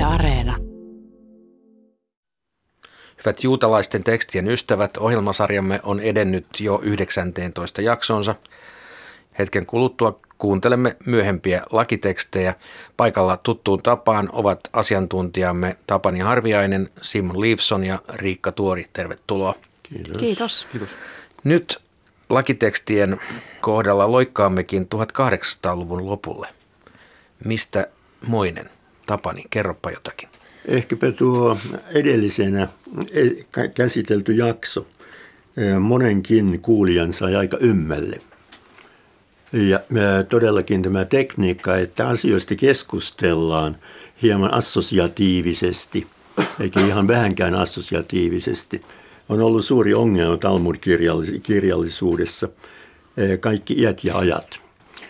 Areena. Hyvät juutalaisten tekstien ystävät, ohjelmasarjamme on edennyt jo 19 jaksonsa. Hetken kuluttua kuuntelemme myöhempiä lakitekstejä. Paikalla tuttuun tapaan ovat asiantuntijamme Tapani Harviainen, Simon Leifson ja Riikka Tuori. Tervetuloa. Kiitos. Nyt lakitekstien kohdalla loikkaammekin 1800-luvun lopulle. Mistä moinen? Tapani, kerropa jotakin. Ehkäpä tuo edellisenä käsitelty jakso monenkin kuulijan sai aika ymmälle. Ja todellakin tämä tekniikka, että asioista keskustellaan hieman assosiatiivisesti, eikä ihan vähänkään assosiatiivisesti, on ollut suuri ongelma Talmud-kirjallisuudessa kaikki iät ja ajat.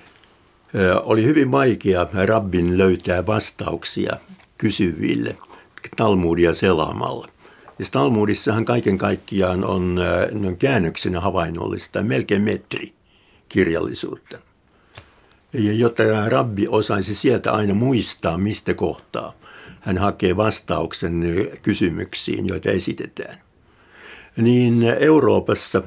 Oli hyvin vaikea rabbin löytää vastauksia kysyville Talmudia selaamalla. Ja Talmudissahan kaiken kaikkiaan on käännöksenä havainnollista melkein metri kirjallisuutta. Ja jotta rabbi osaisi sieltä aina muistaa, mistä kohtaa hän hakee vastauksen kysymyksiin, joita esitetään. Niin Euroopassa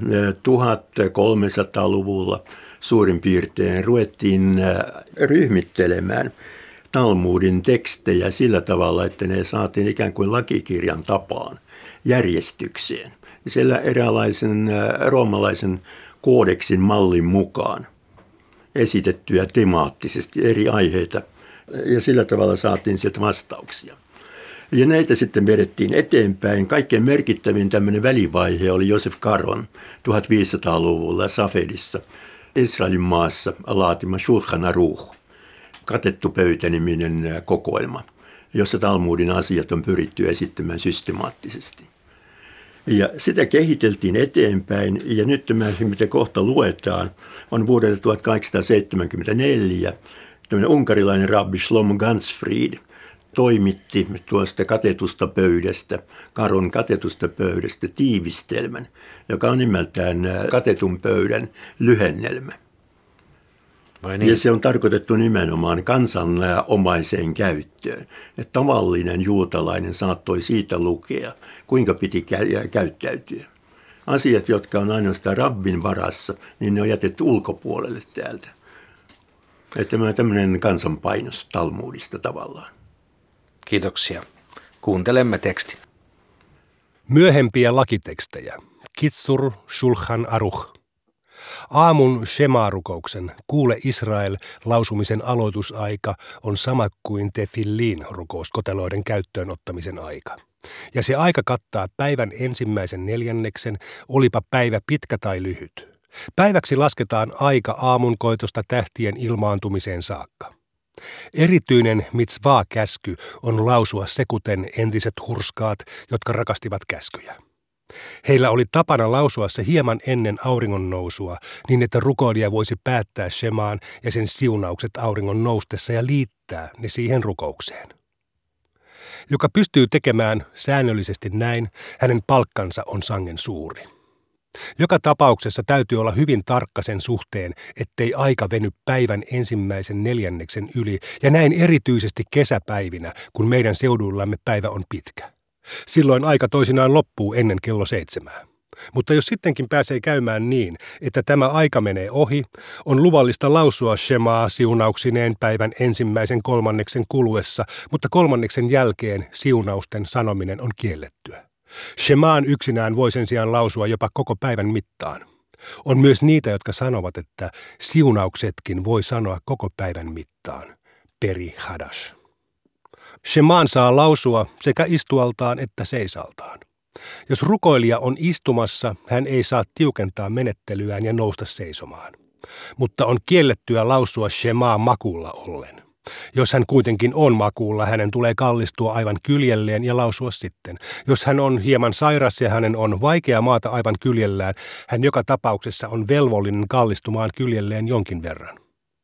1300-luvulla suurin piirtein ruvettiin ryhmittelemään Talmudin tekstejä sillä tavalla, että ne saatiin ikään kuin lakikirjan tapaan järjestykseen. Siellä eräänlaisen roomalaisen koodeksin mallin mukaan esitettyjä temaattisesti eri aiheita ja sillä tavalla saatiin sieltä vastauksia. Ja näitä sitten vedettiin eteenpäin. Kaikkein merkittävin tämmöinen välivaihe oli Josef Caron 1500-luvulla Safedissa, Israelin maassa laatima Shulchan Aruch, katettu pöytäniminen kokoelma, jossa Talmudin asiat on pyritty esittämään systemaattisesti. Ja sitä kehiteltiin eteenpäin, ja nyt tämä, mitä kohta luetaan, on vuodelta 1874. Tämmöinen unkarilainen rabbi Shlomo Ganzfried toimitti tuosta katetusta pöydästä, Caron katetusta pöydästä tiivistelmän, joka on nimeltään katetun pöydän lyhennelmä. Niin. Ja se on tarkoitettu nimenomaan kansanomaiseen käyttöön. Että tavallinen juutalainen saattoi siitä lukea, kuinka piti käyttäytyä. Asiat, jotka on ainoastaan rabbin varassa, niin ne on jätetty ulkopuolelle täältä. Että tämä on tämmöinen kansanpainos Talmudista tavallaan. Kiitoksia. Kuuntelemme tekstin. Myöhempiä lakitekstejä. Kitsur Shulchan Aruch. Aamun Shema-rukouksen Kuule Israel -lausumisen aloitusaika on sama kuin Tefillin-rukous koteloiden käyttöön ottamisen aika. Ja se aika kattaa päivän ensimmäisen neljänneksen, olipa päivä pitkä tai lyhyt. Päiväksi lasketaan aika aamunkoitosta tähtien ilmaantumiseen saakka. Erityinen mitzvah-käsky on lausua se kuten entiset hurskaat, jotka rakastivat käskyjä. Heillä oli tapana lausua se hieman ennen auringon nousua, niin että rukoilija voisi päättää shemaan ja sen siunaukset auringon noustessa ja liittää ne siihen rukoukseen. Joka pystyy tekemään säännöllisesti näin, hänen palkkansa on sangen suuri. Joka tapauksessa täytyy olla hyvin tarkka sen suhteen, ettei aika veny päivän ensimmäisen neljänneksen yli, ja näin erityisesti kesäpäivinä, kun meidän seuduillamme päivä on pitkä. Silloin aika toisinaan loppuu ennen kello 7. Mutta jos sittenkin pääsee käymään niin, että tämä aika menee ohi, on luvallista lausua shemaa siunauksineen päivän ensimmäisen kolmanneksen kuluessa, mutta kolmanneksen jälkeen siunausten sanominen on kiellettyä. Shemaan yksinään voi sen sijaan lausua jopa koko päivän mittaan. On myös niitä, jotka sanovat, että siunauksetkin voi sanoa koko päivän mittaan. Peri hadash. Shemaan saa lausua sekä istualtaan että seisaltaan. Jos rukoilija on istumassa, hän ei saa tiukentaa menettelyään ja nousta seisomaan. Mutta on kiellettyä lausua shemaa makuulla ollen. Jos hän kuitenkin on makuulla, hänen tulee kallistua aivan kyljelleen ja lausua sitten. Jos hän on hieman sairas ja hänen on vaikea maata aivan kyljellään, hän joka tapauksessa on velvollinen kallistumaan kyljelleen jonkin verran.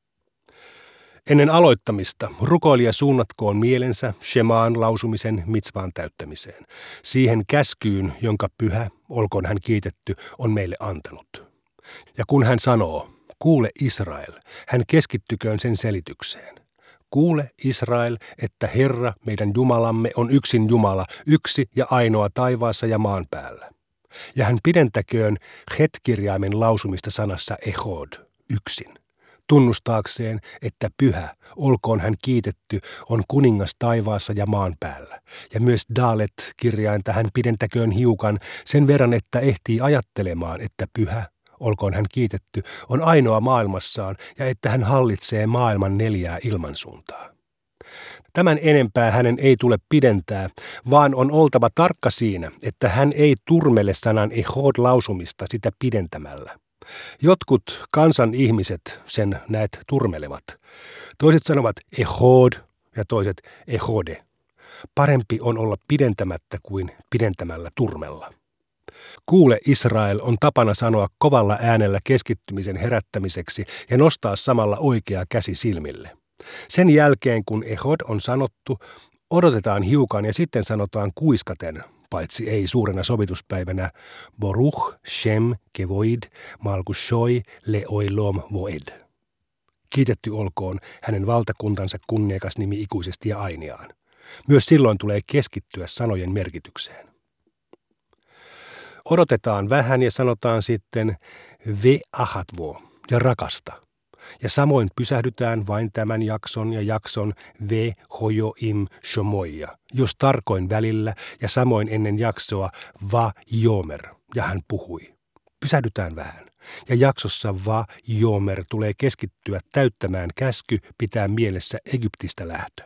Ennen aloittamista rukoilija suunnatkoon mielensä shemaan lausumisen mitzvaan täyttämiseen, siihen käskyyn, jonka pyhä, olkoon hän kiitetty, on meille antanut. Ja kun hän sanoo, kuule Israel, hän keskittyköön sen selitykseen. kuule Israel, että Herra, meidän Jumalamme, on yksin Jumala, yksi ja ainoa taivaassa ja maan päällä. Ja hän pidentäköön het-kirjaimen lausumista sanassa echod, yksin, tunnustaakseen, että pyhä, olkoon hän kiitetty, on kuningas taivaassa ja maan päällä. Ja myös dalet-kirjainta hän pidentäköön hiukan sen verran, että ehtii ajattelemaan, että pyhä, olkoon hän kiitetty, on ainoa maailmassaan ja että hän hallitsee maailman 4 ilmansuuntaa. Tämän enempää hänen ei tule pidentää, vaan on oltava tarkka siinä, että hän ei turmele sanan echod-lausumista sitä pidentämällä. Jotkut kansan ihmiset sen näet turmelevat. Toiset sanovat echod ja toiset echode. Parempi on olla pidentämättä kuin pidentämällä turmella. Kuule Israel on tapana sanoa kovalla äänellä keskittymisen herättämiseksi ja nostaa samalla oikea käsi silmille. Sen jälkeen kun echod on sanottu, odotetaan hiukan ja sitten sanotaan kuiskaten, paitsi ei suurena sovituspäivänä, Boruch Shem Kevoid Malkushoi Leoilom Voed. Kiitetty olkoon hänen valtakuntansa kunniakas nimi ikuisesti ja ainiaan. Myös silloin tulee keskittyä sanojen merkitykseen. Odotetaan vähän ja sanotaan sitten ve ahatvo ja rakasta. Ja samoin pysähdytään vain tämän jakson ja jakson ve hojoim shomoja, jos tarkoin välillä ja samoin ennen jaksoa va jomer, ja hän puhui. Pysähdytään vähän. Ja jaksossa va jomer tulee keskittyä täyttämään käsky pitää mielessä Egyptistä lähtö.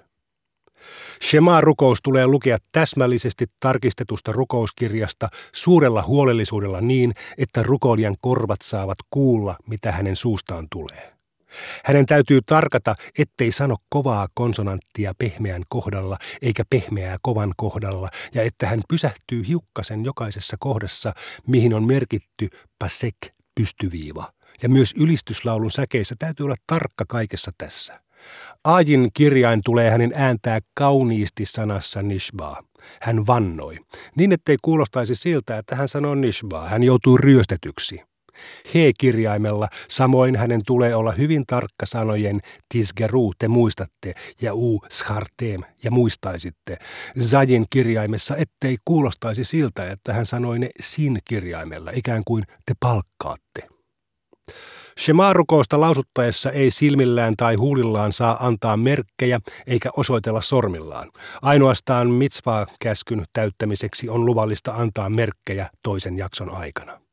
Shema-rukous tulee lukea täsmällisesti tarkistetusta rukouskirjasta suurella huolellisuudella niin, että rukoilijan korvat saavat kuulla, mitä hänen suustaan tulee. Hänen täytyy tarkata, ettei sano kovaa konsonanttia pehmeän kohdalla eikä pehmeää kovan kohdalla, ja että hän pysähtyy hiukkasen jokaisessa kohdassa, mihin on merkitty pasek, pystyviiva. Ja myös ylistyslaulun säkeissä täytyy olla tarkka kaikessa tässä. Aajin kirjain tulee hänen ääntää kauniisti sanassa nishba. Hän vannoi, niin ettei kuulostaisi siltä, että hän sanoo nishba. Hän joutuu ryöstetyksi. He-kirjaimella samoin hänen tulee olla hyvin tarkka sanojen tisgeru, te muistatte, ja schartem, ja muistaisitte. Zajin kirjaimessa ettei kuulostaisi siltä, että hän sanoi ne sin-kirjaimella, ikään kuin te palkkaatte. Shema-rukousta lausuttaessa ei silmillään tai huulillaan saa antaa merkkejä eikä osoitella sormillaan. Ainoastaan mitzvah-käskyn täyttämiseksi on luvallista antaa merkkejä toisen jakson aikana.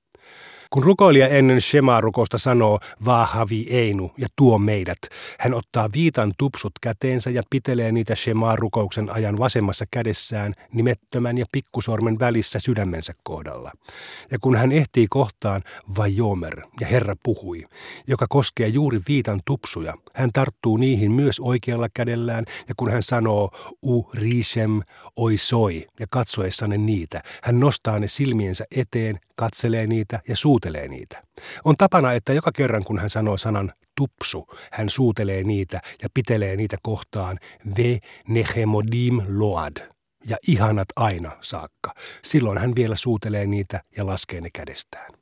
Kun rukoilija ennen Shema-rukousta sanoo Vahavi Einu ja tuo meidät, hän ottaa viitan tupsut käteensä ja pitelee niitä Shema-rukouksen ajan vasemmassa kädessään nimettömän ja pikkusormen välissä sydämensä kohdalla. Ja kun hän ehtii kohtaan Vajomer ja Herra puhui, joka koskee juuri viitan tupsuja, hän tarttuu niihin myös oikealla kädellään ja kun hän sanoo Rishem oisoi ja katsoessanne niitä, hän nostaa ne silmiensä eteen, katselee niitä ja suutelee niitä. On tapana, että joka kerran kun hän sanoo sanan tupsu, hän suutelee niitä ja pitelee niitä kohtaan ve nehemodim load ja ihanat aina saakka. Silloin hän vielä suutelee niitä ja laskee ne kädestään.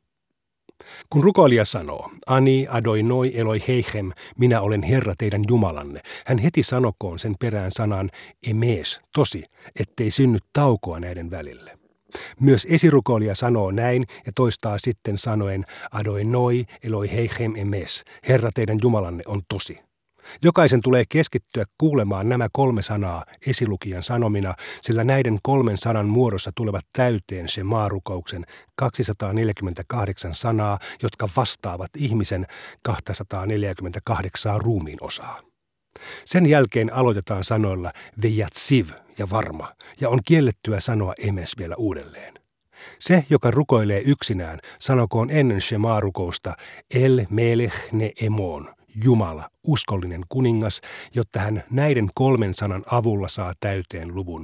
Kun rukoilija sanoo, Ani Adonai Eloi Heichem, minä olen Herra teidän Jumalanne, hän heti sanokoon sen perään sanan emes, tosi, ettei synny taukoa näiden välille. Myös esirukoilija sanoo näin ja toistaa sitten sanoen Adonai Eloi Heichem emes, Herra teidän Jumalanne on tosi. Jokaisen tulee keskittyä kuulemaan nämä 3 sanaa esilukijan sanomina, sillä näiden 3 sanan muodossa tulevat täyteen Shema-rukouksen 248 sanaa, jotka vastaavat ihmisen 248 ruumiin osaa. Sen jälkeen aloitetaan sanoilla vejatsiv ja varma, ja on kiellettyä sanoa emes vielä uudelleen. Se, joka rukoilee yksinään, sanokoon ennen Shema-rukousta El Melech ne Emon, Jumala, uskollinen kuningas, jotta hän näiden 3 sanan avulla saa täyteen luvun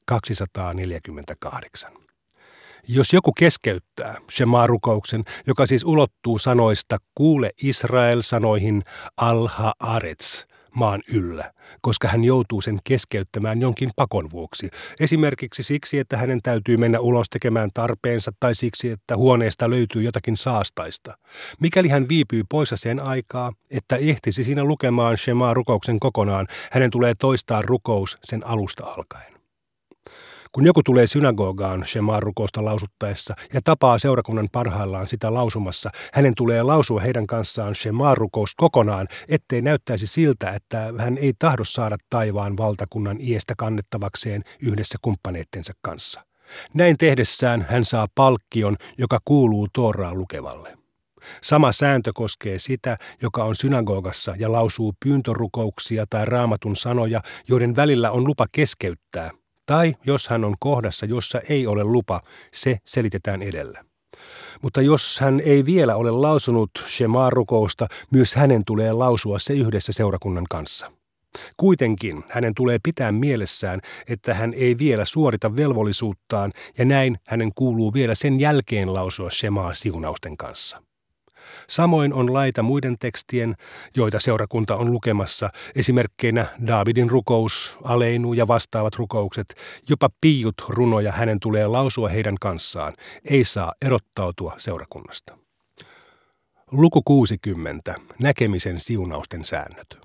248. Jos joku keskeyttää Shema-rukouksen, joka siis ulottuu sanoista kuule Israel sanoihin al-haaretz, maan yllä, koska hän joutuu sen keskeyttämään jonkin pakon vuoksi. Esimerkiksi siksi, että hänen täytyy mennä ulos tekemään tarpeensa tai siksi, että huoneesta löytyy jotakin saastaista. Mikäli hän viipyy poissa sen aikaa, että ehtisi siinä lukemaan Shema-rukouksen kokonaan, hänen tulee toistaa rukous sen alusta alkaen. Kun joku tulee synagogaan Shema-rukousta lausuttaessa ja tapaa seurakunnan parhaillaan sitä lausumassa, hänen tulee lausua heidän kanssaan Shema-rukous kokonaan, ettei näyttäisi siltä, että hän ei tahdo saada taivaan valtakunnan iestä kannettavakseen yhdessä kumppaneittensa kanssa. Näin tehdessään hän saa palkkion, joka kuuluu Tooraa lukevalle. Sama sääntö koskee sitä, joka on synagogassa ja lausuu pyyntörukouksia tai raamatun sanoja, joiden välillä on lupa keskeyttää. Tai jos hän on kohdassa, jossa ei ole lupa, se selitetään edellä. Mutta jos hän ei vielä ole lausunut Shema-rukousta, myös hänen tulee lausua se yhdessä seurakunnan kanssa. Kuitenkin hänen tulee pitää mielessään, että hän ei vielä suorita velvollisuuttaan ja näin hänen kuuluu vielä sen jälkeen lausua Shemaa siunausten kanssa. Samoin on laita muiden tekstien, joita seurakunta on lukemassa, esimerkkeinä Daavidin rukous, aleinu ja vastaavat rukoukset, jopa piiut runoja hänen tulee lausua heidän kanssaan, ei saa erottautua seurakunnasta. Luku 60. Näkemisen siunausten säännöt.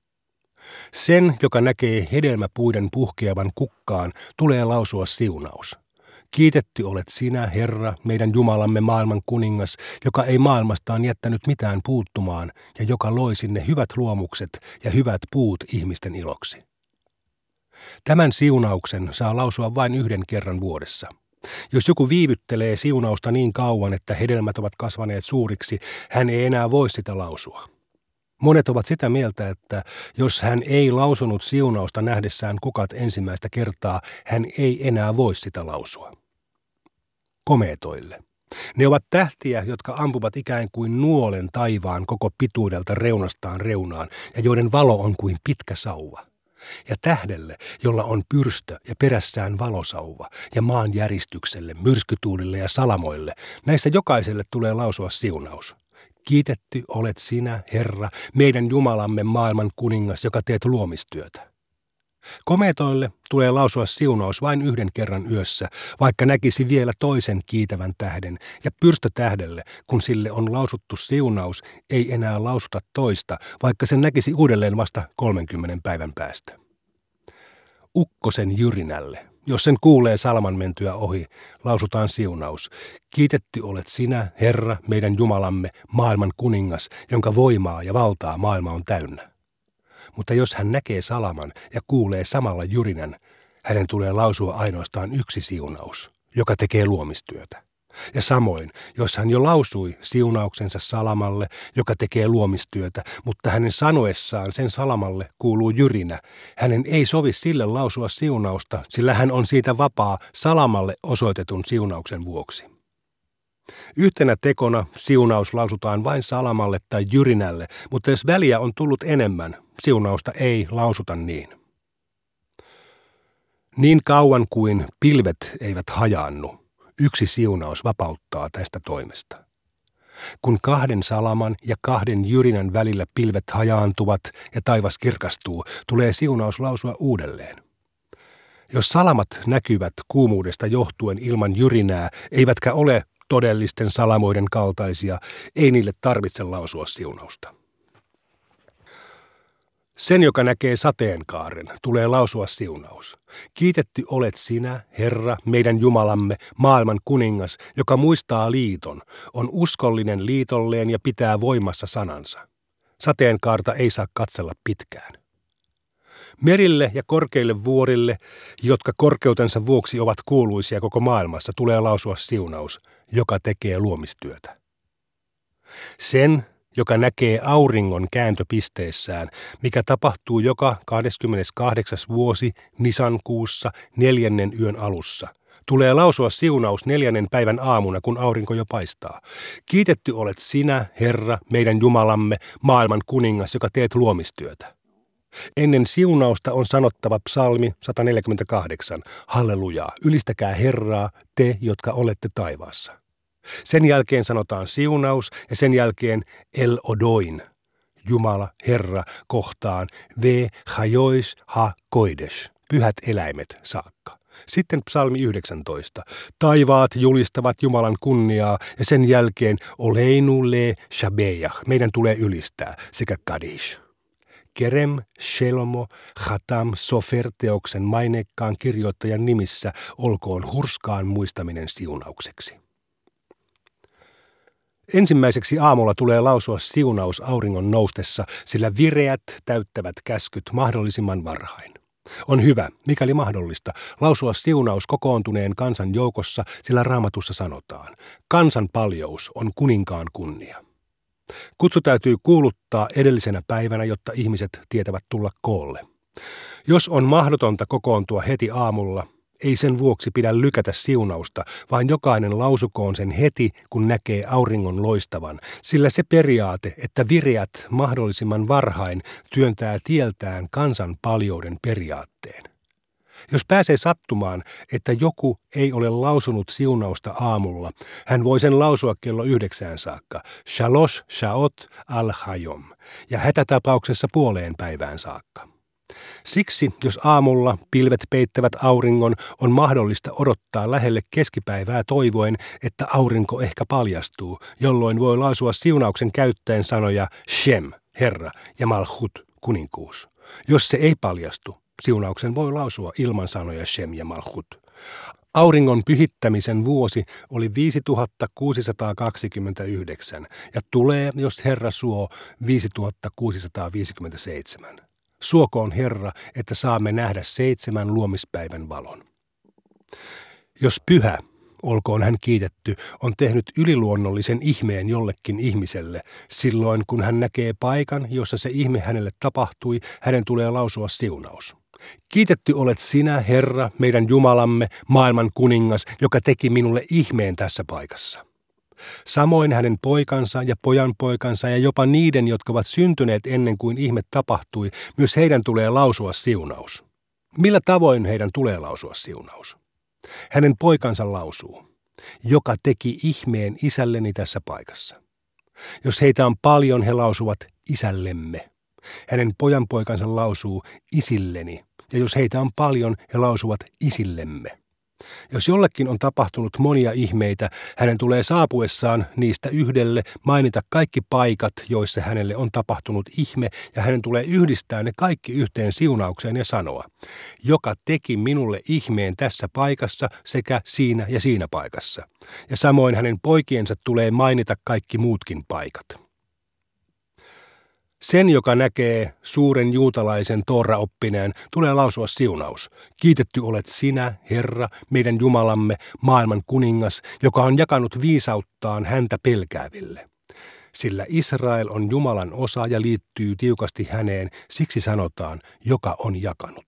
Sen, joka näkee hedelmäpuiden puhkeavan kukkaan, tulee lausua siunaus. Kiitetty olet sinä, Herra, meidän Jumalamme maailman kuningas, joka ei maailmastaan jättänyt mitään puuttumaan ja joka loi sinne hyvät luomukset ja hyvät puut ihmisten iloksi. Tämän siunauksen saa lausua vain yhden kerran vuodessa. Jos joku viivyttelee siunausta niin kauan, että hedelmät ovat kasvaneet suuriksi, hän ei enää voi sitä lausua. Monet ovat sitä mieltä, että jos hän ei lausunut siunausta nähdessään kukat ensimmäistä kertaa, hän ei enää voi sitä lausua. Komeetoille. Ne ovat tähtiä, jotka ampuvat ikään kuin nuolen taivaan koko pituudelta reunastaan reunaan ja joiden valo on kuin pitkä sauva. Ja tähdelle, jolla on pyrstö ja perässään valosauva, ja maanjäristykselle, myrskytuulille ja salamoille, näistä jokaiselle tulee lausua siunaus. Kiitetty olet sinä, Herra, meidän Jumalamme maailman kuningas, joka teet luomistyötä. Komeetoille tulee lausua siunaus vain yhden kerran yössä, vaikka näkisi vielä toisen kiitävän tähden, ja pyrstötähdelle, kun sille on lausuttu siunaus, ei enää lausuta toista, vaikka sen näkisi uudelleen vasta 30 päivän päästä. Ukkosen jyrinälle, jos sen kuulee salman mentyä ohi, lausutaan siunaus. Kiitetty olet sinä, Herra, meidän Jumalamme, maailman kuningas, jonka voimaa ja valtaa maailma on täynnä. Mutta jos hän näkee salaman ja kuulee samalla jyrinän, hänen tulee lausua ainoastaan yksi siunaus, joka tekee luomistyötä. Ja samoin, jos hän jo lausui siunauksensa salamalle, joka tekee luomistyötä, mutta hänen sanoessaan sen salamalle kuuluu jyrinä, hänen ei sovi sille lausua siunausta, sillä hän on siitä vapaa salamalle osoitetun siunauksen vuoksi. Yhtenä tekona siunaus lausutaan vain salamalle tai jyrinälle, mutta jos väliä on tullut enemmän, siunausta ei lausuta niin. Niin kauan kuin pilvet eivät hajaannu, yksi siunaus vapauttaa tästä toimesta. Kun kahden salaman ja kahden jyrinän välillä pilvet hajaantuvat ja taivas kirkastuu, tulee siunaus lausua uudelleen. Jos salamat näkyvät kuumuudesta johtuen ilman jyrinää, eivätkä ole todellisten salamoiden kaltaisia, ei niille tarvitse lausua siunausta. Sen, joka näkee sateenkaaren, tulee lausua siunaus. Kiitetty olet sinä, Herra, meidän Jumalamme, maailman kuningas, joka muistaa liiton, on uskollinen liitolleen ja pitää voimassa sanansa. Sateenkaarta ei saa katsella pitkään. Merille ja korkeille vuorille, jotka korkeutensa vuoksi ovat kuuluisia koko maailmassa, tulee lausua siunaus, joka tekee luomistyötä. Sen, joka näkee auringon kääntöpisteessään, mikä tapahtuu joka 28. vuosi Nisan kuussa 4. yön alussa. Tulee lausua siunaus 4. päivän aamuna, kun aurinko jo paistaa. Kiitetty olet sinä, Herra, meidän Jumalamme, maailman kuningas, joka teet luomistyötä. Ennen siunausta on sanottava psalmi 148. Hallelujaa, ylistäkää Herraa, te, jotka olette taivaassa. Sen jälkeen sanotaan siunaus ja sen jälkeen El Odoin, Jumala, Herra, kohtaan ve hajois ha koides, pyhät eläimet saakka. Sitten psalmi 19. Taivaat julistavat Jumalan kunniaa ja sen jälkeen oleinu le shabejah, meidän tulee ylistää, sekä kadish. Kerem, Shelomo, Hatam, Sofer-teoksen maineikkaan kirjoittajan nimissä olkoon hurskaan muistaminen siunaukseksi. Ensimmäiseksi aamulla tulee lausua siunaus auringon noustessa, sillä vireät täyttävät käskyt mahdollisimman varhain. On hyvä, mikäli mahdollista, lausua siunaus kokoontuneen kansan joukossa, sillä Raamatussa sanotaan, kansan paljous on kuninkaan kunnia. Kutsu täytyy kuuluttaa edellisenä päivänä, jotta ihmiset tietävät tulla koolle. Jos on mahdotonta kokoontua heti aamulla, ei sen vuoksi pidä lykätä siunausta, vaan jokainen lausukoon sen heti, kun näkee auringon loistavan, sillä se periaate, että vireät mahdollisimman varhain työntää tieltään kansan paljouden periaatteen. Jos pääsee sattumaan, että joku ei ole lausunut siunausta aamulla, hän voi sen lausua kello 9 saakka, shalosh shaot al hayom, ja hätätapauksessa puoleen päivään saakka. Siksi, jos aamulla pilvet peittävät auringon, on mahdollista odottaa lähelle keskipäivää toivoen, että aurinko ehkä paljastuu, jolloin voi lausua siunauksen käyttäen sanoja Shem, Herra, ja Malchut, kuninkuus. Jos se ei paljastu, siunauksen voi lausua ilman sanoja Shem ja Malchut. Auringon pyhittämisen vuosi oli 5629 ja tulee, jos Herra suo, 5657. Suokoon Herra, että saamme nähdä 7 luomispäivän valon. Jos pyhä, olkoon hän kiitetty, on tehnyt yliluonnollisen ihmeen jollekin ihmiselle, silloin kun hän näkee paikan, jossa se ihme hänelle tapahtui, hänen tulee lausua siunaus. Kiitetty olet sinä, Herra, meidän Jumalamme, maailman kuningas, joka teki minulle ihmeen tässä paikassa. Samoin hänen poikansa ja pojanpoikansa ja jopa niiden, jotka ovat syntyneet ennen kuin ihme tapahtui, myös heidän tulee lausua siunaus. Millä tavoin heidän tulee lausua siunaus? Hänen poikansa lausuu, joka teki ihmeen isälleni tässä paikassa. Jos heitä on paljon, he lausuvat isällemme. Hänen pojanpoikansa lausuu isilleni, ja jos heitä on paljon, he lausuvat isillemme. Jos jollekin on tapahtunut monia ihmeitä, hänen tulee saapuessaan niistä yhdelle mainita kaikki paikat, joissa hänelle on tapahtunut ihme, ja hänen tulee yhdistää ne kaikki yhteen siunaukseen ja sanoa, joka teki minulle ihmeen tässä paikassa sekä siinä ja siinä paikassa. Ja samoin hänen poikiensa tulee mainita kaikki muutkin paikat. Sen, joka näkee suuren juutalaisen Toora-oppineen, tulee lausua siunaus. Kiitetty olet sinä, Herra, meidän Jumalamme, maailman kuningas, joka on jakanut viisauttaan häntä pelkääville. Sillä Israel on Jumalan osa ja liittyy tiukasti häneen, siksi sanotaan, joka on jakanut.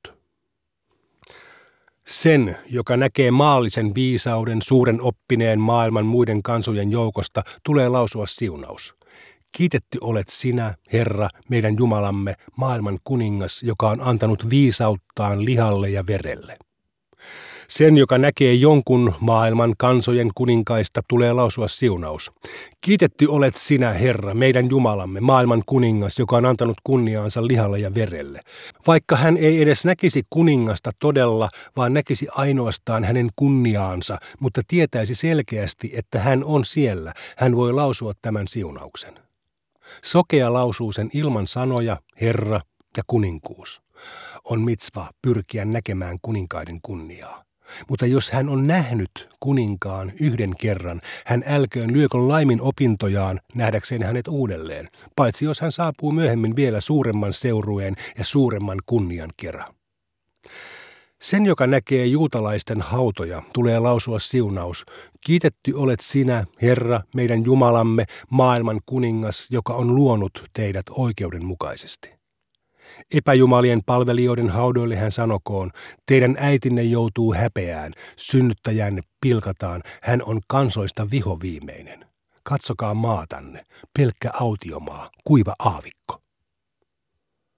Sen, joka näkee maallisen viisauden suuren oppineen maailman muiden kansojen joukosta, tulee lausua siunaus. Kiitetty olet sinä, Herra, meidän Jumalamme, maailman kuningas, joka on antanut viisauttaan lihalle ja verelle. Sen, joka näkee jonkun maailman kansojen kuninkaista, tulee lausua siunaus. Kiitetty olet sinä, Herra, meidän Jumalamme, maailman kuningas, joka on antanut kunniaansa lihalle ja verelle. Vaikka hän ei edes näkisi kuningasta todella, vaan näkisi ainoastaan hänen kunniaansa, mutta tietäisi selkeästi, että hän on siellä, hän voi lausua tämän siunauksen. Sokea lausuu sen ilman sanoja, Herra ja kuninkuus. On mitsva pyrkiä näkemään kuninkaiden kunniaa. Mutta jos hän on nähnyt kuninkaan yhden kerran, hän älköön lyökö laimin opintojaan nähdäkseen hänet uudelleen, paitsi jos hän saapuu myöhemmin vielä suuremman seurueen ja suuremman kunnian kerran. Sen, joka näkee juutalaisten hautoja, tulee lausua siunaus. Kiitetty olet sinä, Herra, meidän Jumalamme, maailman kuningas, joka on luonut teidät oikeudenmukaisesti. Epäjumalien palvelijoiden haudoille hän sanokoon, teidän äitinne joutuu häpeään, synnyttäjänne pilkataan, hän on kansoista vihoviimeinen. Katsokaa maatanne, pelkkä autiomaa, kuiva aavikko.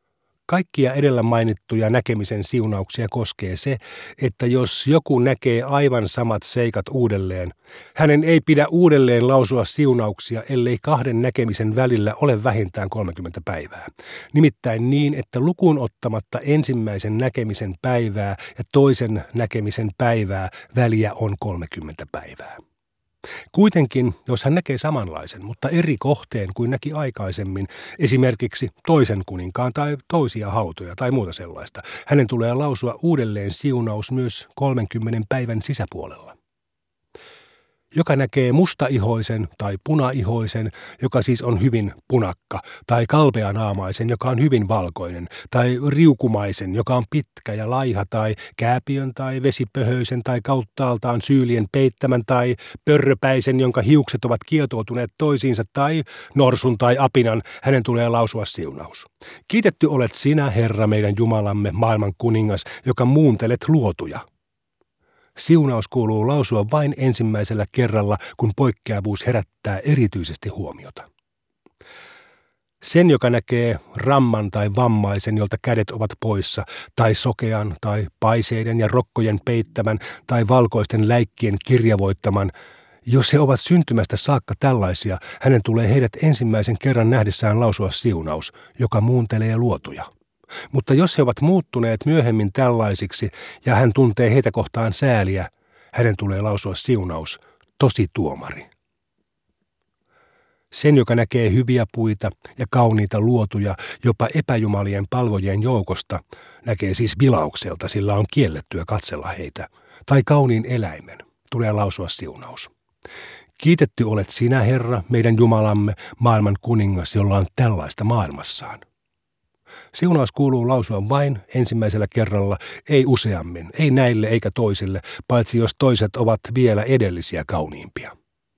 Kaikkia edellä mainittuja näkemisen siunauksia koskee se, että jos joku näkee aivan samat seikat uudelleen, hänen ei pidä uudelleen lausua siunauksia, ellei kahden näkemisen välillä ole vähintään 30 päivää. Nimittäin niin, että lukuun ottamatta ensimmäisen näkemisen päivää ja toisen näkemisen päivää väliä on 30 päivää. Kuitenkin, jos hän näkee samanlaisen, mutta eri kohteen kuin näki aikaisemmin, esimerkiksi toisen kuninkaan tai toisia hautoja tai muuta sellaista, hänen tulee lausua uudelleen siunaus myös 30 päivän sisäpuolella. Joka näkee mustaihoisen tai punaihoisen, joka siis on hyvin punakka, tai kalpeanaamaisen, joka on hyvin valkoinen, tai riukumaisen, joka on pitkä ja laiha, tai kääpiön tai vesipöhöisen tai kauttaaltaan syylien peittämän, tai pörröpäisen, jonka hiukset ovat kietoutuneet toisiinsa, tai norsun tai apinan, hänen tulee lausua siunaus. Kiitetty olet sinä, Herra, meidän Jumalamme, maailman kuningas, joka muuntelet luotuja. Siunaus kuuluu lausua vain ensimmäisellä kerralla, kun poikkeavuus herättää erityisesti huomiota. Sen, joka näkee ramman tai vammaisen, jolta kädet ovat poissa, tai sokean, tai paiseiden ja rokkojen peittämän, tai valkoisten läikkien kirjavoittaman, jos he ovat syntymästä saakka tällaisia, hänen tulee heidät ensimmäisen kerran nähdessään lausua siunaus, joka muuntelee luotuja. Mutta jos he ovat muuttuneet myöhemmin tällaisiksi ja hän tuntee heitä kohtaan sääliä, hänen tulee lausua siunaus, tosi tuomari. Sen, joka näkee hyviä puita ja kauniita luotuja jopa epäjumalien palvojien joukosta, näkee siis vilaukselta, sillä on kiellettyä katsella heitä, tai kauniin eläimen, tulee lausua siunaus. Kiitetty olet sinä, Herra, meidän Jumalamme, maailman kuningas, jolla on tällaista maailmassaan. Siunaus kuuluu lausua vain ensimmäisellä kerralla, ei useammin, ei näille eikä toisille, paitsi jos toiset ovat vielä edellisiä kauniimpia.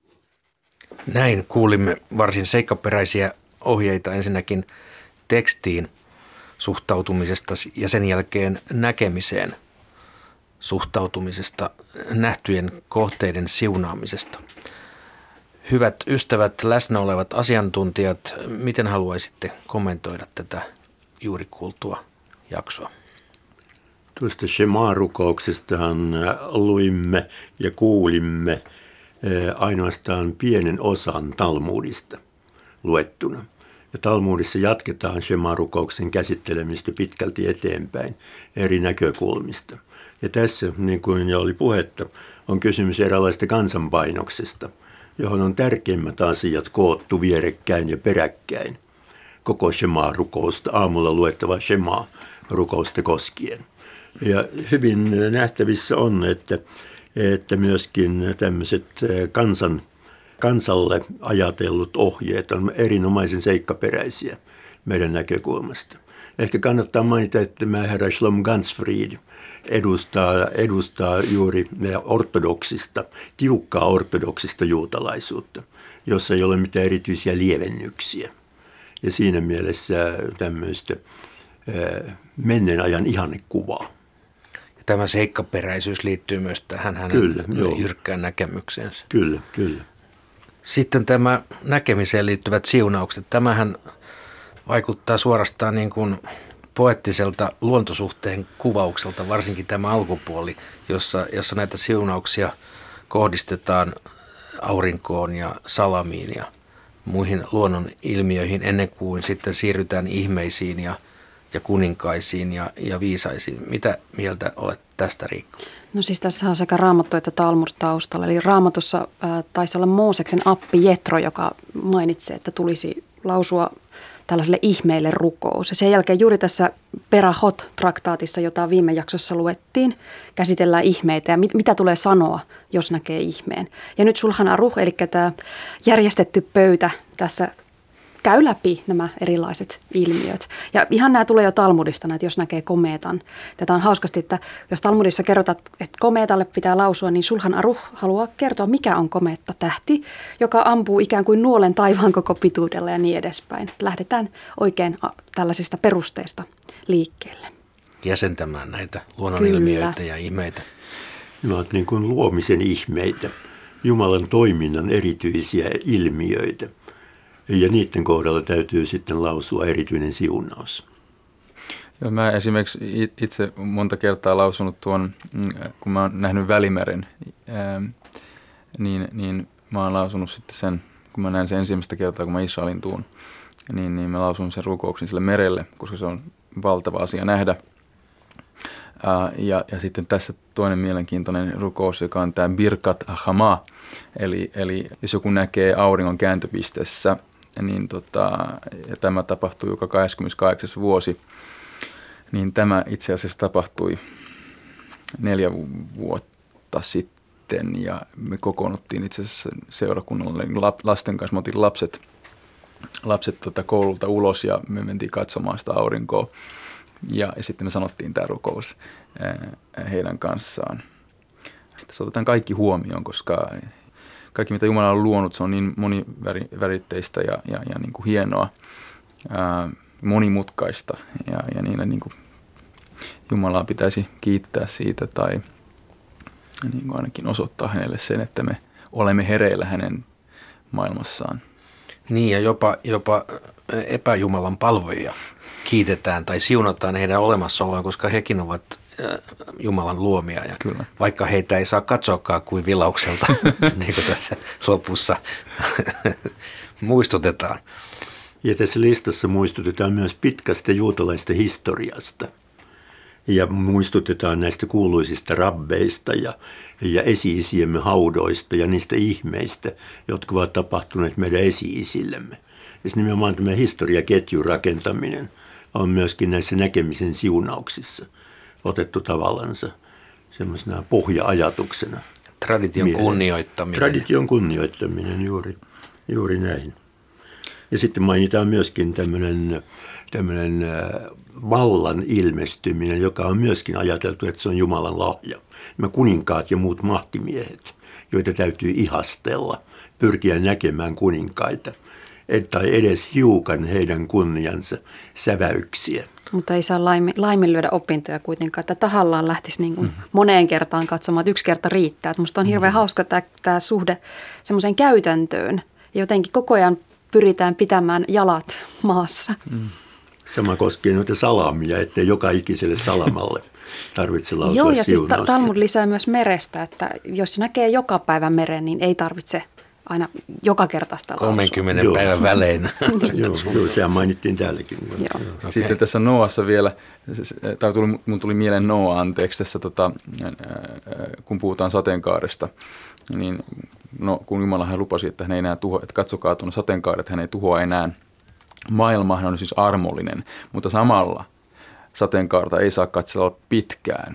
Näin kuulimme varsin seikkaperäisiä ohjeita ensinnäkin tekstiin suhtautumisesta ja sen jälkeen näkemiseen suhtautumisesta, nähtyjen kohteiden siunaamisesta. Hyvät ystävät, läsnä olevat asiantuntijat, miten haluaisitte kommentoida tätä juuri kuultua jaksoa? Tuosta Shema-rukouksestahan luimme ja kuulimme ainoastaan pienen osan Talmudista luettuna. Ja Talmudissa jatketaan Shema-rukouksen käsittelemistä pitkälti eteenpäin eri näkökulmista. Ja tässä, niin kuin jo oli puhetta, on kysymys eräänlaista kansanpainoksesta, johon on tärkeimmät asiat koottu vierekkäin ja peräkkäin. Koko Shema-rukousta, aamulla luettava Shema-rukousta koskien. Ja hyvin nähtävissä on, että myöskin tämmöiset kansalle ajatellut ohjeet on erinomaisen seikkaperäisiä meidän näkökulmasta. Ehkä kannattaa mainita, että herra Shlom Gansfried edustaa juuri tiukkaa ortodoksista juutalaisuutta, jossa ei ole mitään erityisiä lievennyksiä. Ja siinä mielessä tämmöistä menneen ajan ihannekuvaa. Ja tämä seikkaperäisyys liittyy myös tähän hänen jyrkkään näkemykseensä. Kyllä. Sitten tämä näkemiseen liittyvät siunaukset. Tämähän vaikuttaa suorastaan niin kuin poettiselta luontosuhteen kuvaukselta, varsinkin tämä alkupuoli, jossa näitä siunauksia kohdistetaan aurinkoon ja salamiin ja muihin luonnon ilmiöihin ennen kuin sitten siirrytään ihmeisiin ja kuninkaisiin ja viisaisiin. Mitä mieltä olet tästä, Riikka? No siis tässä on sekä Raamattu että Talmud taustalla. Eli Raamatussa taisi olla Mooseksen appi Jetro, joka mainitsee, että tulisi lausua tällaiselle ihmeelle rukous. Ja sen jälkeen juuri tässä Perahot-traktaatissa, jota viime jaksossa luettiin, käsitellään ihmeitä ja mitä tulee sanoa, jos näkee ihmeen. Ja nyt Shulchan Aruch, eli tämä järjestetty pöytä tässä käy läpi nämä erilaiset ilmiöt. Ja ihan nämä tulee jo Talmudista, että jos näkee komeetan. Tätä on hauskasti, että jos Talmudissa kerrotaan, että komeetalle pitää lausua, niin Shulchan Aruch haluaa kertoa, mikä on komeetta tähti, joka ampuu ikään kuin nuolen taivaan koko pituudella ja niin edespäin. Lähdetään oikein tällaisista perusteista liikkeelle. Jäsentämään näitä luonnonilmiöitä ja ihmeitä. Ne ovat niin kuin luomisen ihmeitä, Jumalan toiminnan erityisiä ilmiöitä. Ja niiden kohdalla täytyy sitten lausua erityinen siunaus. Mä esimerkiksi itse monta kertaa lausunut tuon, kun mä oon nähnyt Välimeren, niin mä oon lausunut sitten sen, kun mä näin sen ensimmäistä kertaa, kun mä Israelin tuun, niin mä lausun sen rukouksen sille merelle, koska se on valtava asia nähdä. Ja sitten tässä toinen mielenkiintoinen rukous, joka on tämä Birkat Hama, eli jos joku näkee auringon kääntöpisteessä, niin ja tämä tapahtui joka 28. vuosi, niin tämä itse asiassa tapahtui 4 vuotta sitten, ja me kokoonnuttiin itse asiassa seurakunnalle lasten kanssa. Me otin lapset koululta ulos, ja me mentiin katsomaan sitä aurinkoa, ja sitten me sanottiin tämä rukous heidän kanssaan. Tässä otetaan kaikki huomioon, koska kaikki mitä Jumala on luonut, se on niin moniväritteistä ja niin kuin hienoa, monimutkaista, ja niillä niin kuin Jumalaa pitäisi kiittää siitä tai niin kuin ainakin osoittaa hänelle sen, että me olemme hereillä hänen maailmassaan. Niin, ja jopa epäjumalan palvojia kiitetään tai siunataan heidän olemassaoloaan, koska hekin ovat Jumalan luomia. Ja kyllä. Vaikka heitä ei saa katsoakaan kuin vilaukselta, niin kuin tässä lopussa muistutetaan. Ja tässä listassa muistutetaan myös pitkästä juutalaista historiasta. Ja muistutetaan näistä kuuluisista rabbeista ja esi-isiemme haudoista ja niistä ihmeistä, jotka ovat tapahtuneet meidän esi-isillemme. Ja nimenomaan tämä historiaketjun rakentaminen on myöskin näissä näkemisen siunauksissa otettu tavallansa semmoisena pohja-ajatuksena. Tradition kunnioittaminen. Tradition kunnioittaminen, juuri näin. Ja sitten mainitaan myöskin tämmöinen vallan ilmestyminen, joka on myöskin ajateltu, että se on Jumalan lahja. Nämä kuninkaat ja muut mahtimiehet, joita täytyy ihastella, pyrkiä näkemään kuninkaita, tai edes hiukan heidän kunniansa säväyksiä. Mutta ei saa laiminlyödä opintoja kuitenkaan, että tahallaan lähtisi niin kuin moneen kertaan katsomaan, että 1 kerta riittää. Että musta on hirveän hauska tämä suhde semmoiseen käytäntöön. Ja jotenkin koko ajan pyritään pitämään jalat maassa. Sama koskee noita salamia, ettei joka ikiselle salamalle tarvitse lausua Joo, ja siunausta. siis Talmud lisää myös merestä, että jos näkee joka päivä meren, niin ei tarvitse aina joka kertaista lausua. 30 päivän välein. Joo, sehän mainittiin täälläkin. Okay. Sitten tässä Noassa vielä, mun tuli mieleen Noa, anteeksi, tässä kun puhutaan sateenkaaresta, niin kun Jumala hän lupasi, että hän ei enää tuhoa, että katsokaa tuonne sateenkaaret, hän ei tuhoa enää maailmaa, hän on siis armollinen, mutta samalla sateenkaarta ei saa katsella pitkään.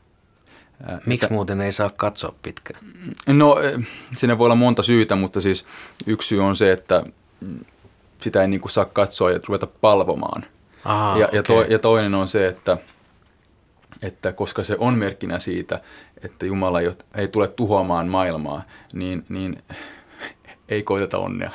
Miksi muuten ei saa katsoa pitkään? No, siinä voi olla monta syytä, mutta siis yksi syy on se, että sitä ei niin kuin saa katsoa ja ruveta palvomaan. Ja toinen on se, että koska se on merkkinä siitä, että Jumala ei tule tuhoamaan maailmaa, niin ei koiteta onnea.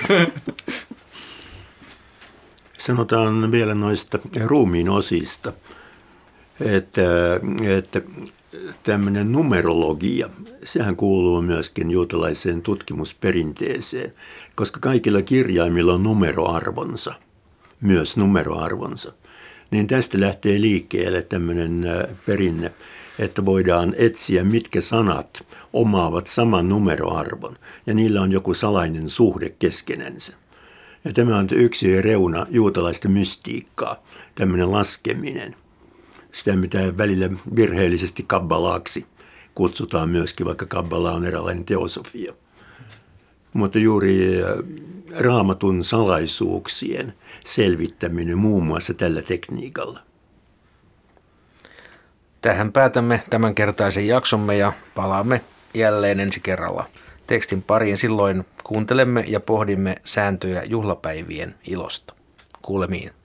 Sanotaan vielä noista ruumiin osista, että tämmöinen numerologia, sehän kuuluu myöskin juutalaiseen tutkimusperinteeseen, koska kaikilla kirjaimilla on numeroarvonsa, myös numeroarvonsa. Niin tästä lähtee liikkeelle tämmöinen perinne, että voidaan etsiä, mitkä sanat omaavat saman numeroarvon, ja niillä on joku salainen suhde keskenensä. Ja tämä on yksi reuna juutalaista mystiikkaa, tämmöinen laskeminen. Sitä, mitä välillä virheellisesti kabbalaaksi kutsutaan myöskin, vaikka kabbala on eräänlainen teosofia. Mutta juuri Raamatun salaisuuksien selvittäminen muun muassa tällä tekniikalla. Tähän päätämme tämänkertaisen jaksomme ja palaamme jälleen ensi kerralla tekstin pariin. Silloin kuuntelemme ja pohdimme sääntöjä juhlapäivien ilosta. Kuulemiin.